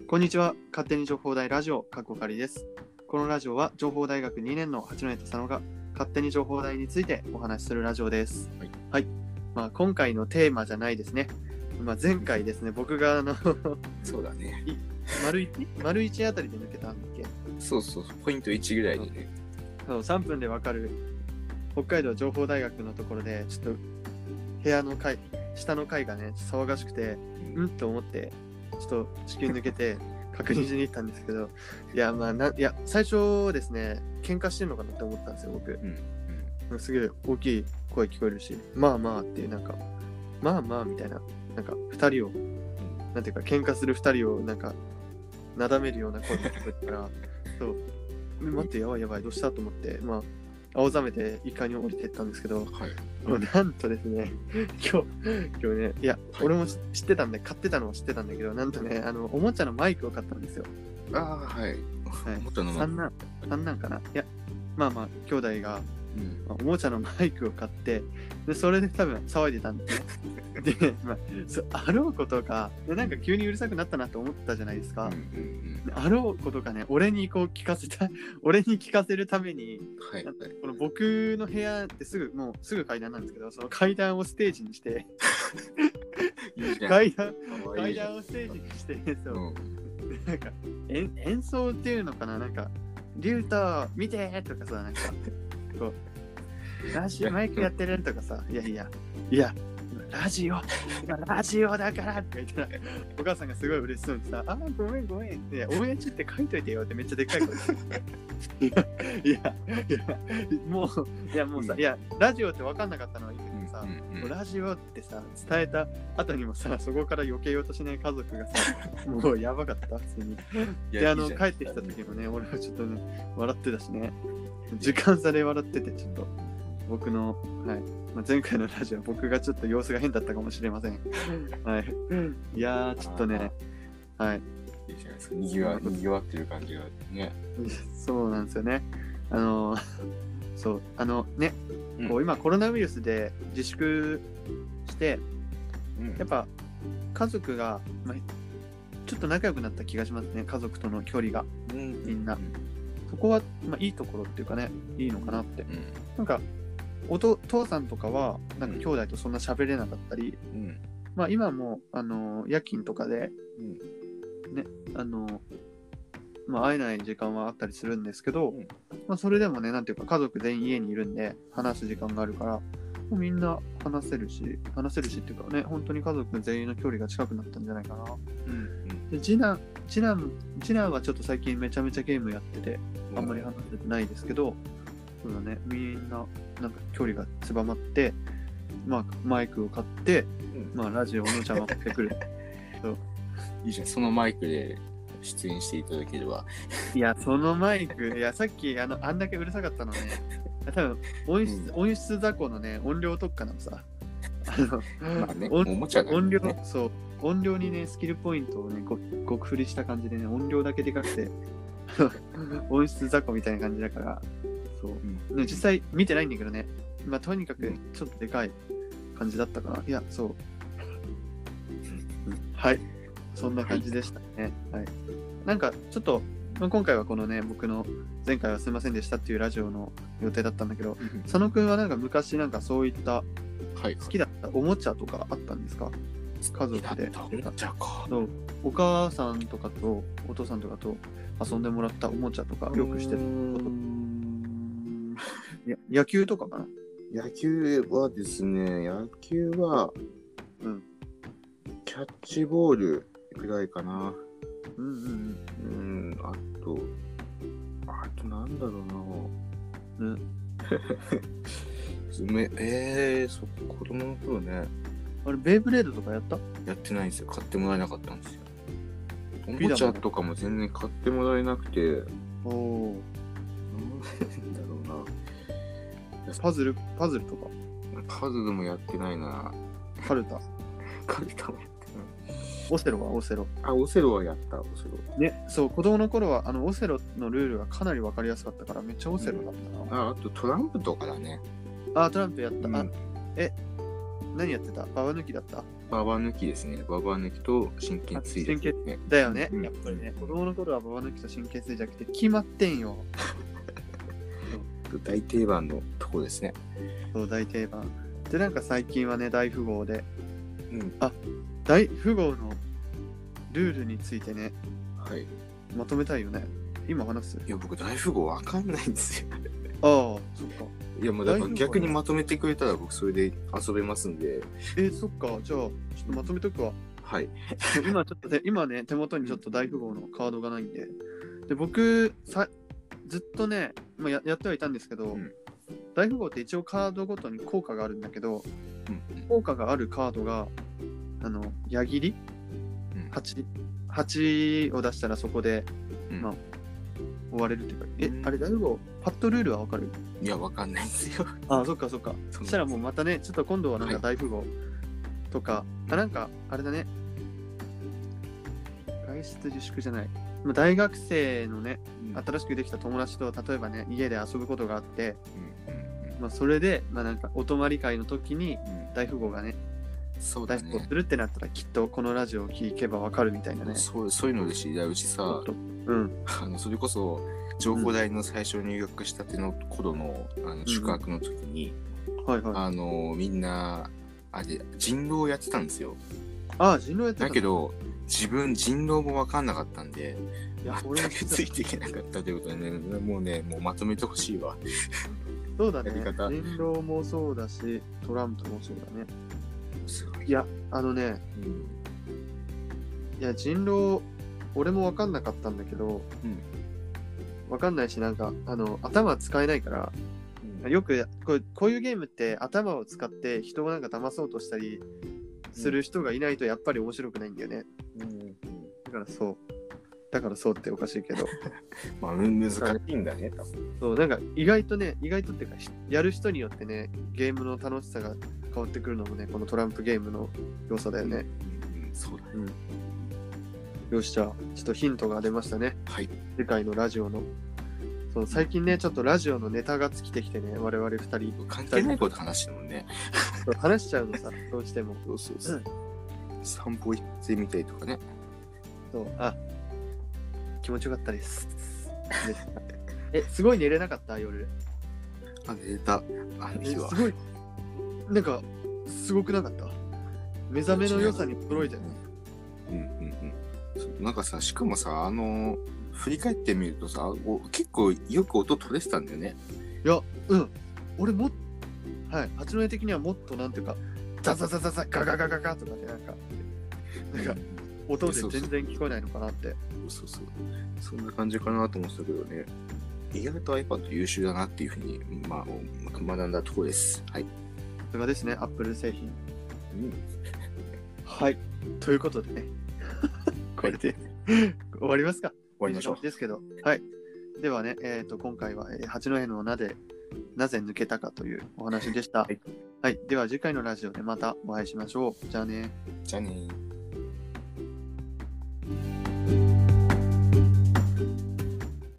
こんにちは。勝手に情報大ラジオかっこかりです。このラジオは情報大学2年の八戸佐野が勝手に情報大についてお話しするラジオです。はい。今回のテーマじゃないですね。前回ですね、僕がそうだね。 丸1あたりで抜けたんだっけ？ そう、ポイント1ぐらいでね。 そう、3分でわかる北海道情報大学のところで、ちょっと部屋の階、下の階がね、騒がしくて、と思って、ちょっと地球抜けて確認しに行ったんですけど、最初ですね、喧嘩してるのかなって思ったんですよ、僕。すげえ大きい声聞こえるし、まあっていう、なんか、まあみたいな、なんか2人を、なんていうか、喧嘩する2人を、なんか、なだめるような声が聞こえたから、そう、待って、やばい、どうしたと思って、青ざめて1階に降りてったんですけど、なんとですね、今日ね、俺も知ってたんで、買ってたのを知ってたんだけど、なんとね、おもちゃのマイクを買ったんですよ。 はい。 おもちゃのマイク。三男かな。兄弟が、おもちゃのマイクを買って、でそれで多分騒いでたんですね。で、あろうことか、なんか急にうるさくなったなと思ったじゃないですか。あろうことかね、俺に聞かせるために、この僕の部屋ってすぐ階段なんですけど、その階段をステージにして階段をステージにしてそう、なんか演奏っていうのかな、なんかリュウト見てとかさ、なんかこうマイクやってるとかさ、いやラジオだからって言ったら、お母さんがすごい嬉しそうにさ、ごめんって応援中って書いといてよってめっちゃでっかい声もうさ、ラジオって分かんなかったのはいいけどさ、ラジオってさ伝えた後にもさ、そこから避けようとしない家族がさ、もうやばかった普通に。で帰ってきた時もね、俺はちょっとね笑ってたしね、時間差で笑ってて、ちょっと僕の前回のラジオ、僕がちょっと様子が変だったかもしれません。いやー、ちょっとね、 いいじゃないですか。にぎわってる感じがね。 そうなんですよね。こう今コロナウイルスで自粛して、やっぱ家族が、ちょっと仲良くなった気がしますね。家族との距離が、みんな。そこは、いいところっていうかね、いいのかなって。なんか父さんとかはなんか兄弟とそんな喋れなかったり、今も夜勤とかで、会えない時間はあったりするんですけど、それでもね、なんていうか家族全員家にいるんで話す時間があるから、みんな話せるしっていうかね、本当に家族全員の距離が近くなったんじゃないかな。で次男はちょっと最近めちゃめちゃゲームやってて、あんまり話せてないですけど、そうだね、みんななんか距離が狭まって、マイクを買って、ラジオの邪魔をしてくる。そういいじゃん、そのマイクで出演していただければ。 そのマイク、さっきあんだけうるさかったのね、多分音質雑魚のね、音量特化のさ、 おもちゃがね、 音量にね、スキルポイントをね、極振りした感じでね、音量だけでかくて、音質雑魚みたいな感じだから、実際見てないんだけどね、とにかくちょっとでかい感じだったかな。そんな感じでしたね。なんかちょっと、今回はこのね、僕の前回はすいませんでしたっていうラジオの予定だったんだけど、佐野くんはなんか昔なんかそういった好きだったおもちゃとかあったんですか？家族で。お母さんとかとお父さんとかと遊んでもらったおもちゃとかよくしてたこと。野球とかかな？ 野球はですね、キャッチボールぐらいかな。あとなんだろうな。子供の頃ね。 あれ、ベイブレードとかやパズルとか。 パズルもやってないな。 カルタもやってない。オセロはオセロはやった。 ね、そう、子供の頃はオセロのルールがかなり分かりやすかったから、めっちゃオセロだったな。 あとトランプとかだね。 トランプやった。 何やってた？ババ抜きだった？ ババ抜きですね。ババ抜きと神経衰弱、ね。 神経だよね、 うんやっぱりね。子供の頃はババ抜きと神経衰弱って決まってんよ。 大定番のとこですね。 そう、大定番。で、なんか最近はね、大富豪で、 うん。 大富豪のルールについてね、 はい。 まとめたいよね。今話す？ いや、僕、大富豪わかんないんですよ。 ああ、そっか。 いや、もうだから大富豪逆にまとめてくれたら僕、それで遊べますんで。 そっか。じゃあ、ちょっとまとめとくわ。 はい。 今ちょっと今ね、手元にちょっと大富豪のカードがないんで。で、僕、ずっとね、やってはいたんですけど、 うん、 大富豪って一応カードごとに効果があるんだけど、効果があるカードが、矢切り、8を出したらそこで、まあ、終われるっていうか、あれ、大富豪、パッドルールはわかる？ いや、わかんないんですよ。 あ、そっかそっか。そしたらもうまたね、ちょっと今度はなんか大富豪とか、なんか、あれだね、外出自粛じゃない。大学生のね、新しくできた友達と例えばね、家で遊ぶことがあって、それで、なんかお泊まり会の時に大富豪がね、 そうだね、 大富豪するってなったらきっとこのラジオを聞けばわかるみたいなね。 そういうので知り合うしさ、それこそ情報大の最初入学したての頃の、宿泊の時に、みんなあれ人狼やってたんですよ。 ああ、人狼やってた。 だけど自分人狼も分かんなかったんで、 俺も全くついていけなかったということでね、もうまとめてほしいわ。 そうだね。人狼もそうだし、トランプもそうだね。いや、いや、人狼、俺も分かんなかったんだけど、分かんないし、なんか、頭使えないから、よくこういうゲームって頭を使って人をなんか騙そうとしたりする人がいないとやっぱり面白くないんだよね。だからそうっておかしいけど。 難しいんだね、多分。 そう、なんか意外とっていうか、やる人によってね、ゲームの楽しさが変わってくるのもね、このトランプゲームの良さだよね。 そうだね。 よし、じゃあ、ちょっとヒントが出ましたね。 はい。 次回のラジオの。そう、最近ね、ちょっとラジオのネタが尽きてきてね、我々2人。 関係ないこと話してるもんね。 話しちゃうのさ、どうしても。 そう。散歩行ってみたいとかね。 そう、気持ちよかったです。すごい寝れなかった夜。 寝れた。日は。 すごい。なんか、すごくなかった。目覚めの良さに驚いたよね。 なんかさ、しかもさ、振り返ってみるとさ、結構よく音取れてたんだよね。 いや、俺八戸的にはもっとなんていうか、ザザザザザガガガガガとかでなんか音で全然聞こえないのかなって。 そう。そんな感じかなと思ってたけどね。意外と iPad 優秀だなっていうふうに、学んだところです。はい。 それがですね、Apple 製品。はい。ということでね。これで終わりますか？ 終わりましょう。 ですけど。はい。ではね、今回は、八戸のなぜ抜けたかというお話でした。はい。では次回のラジオでまたお会いしましょう。じゃあね。 じゃあね。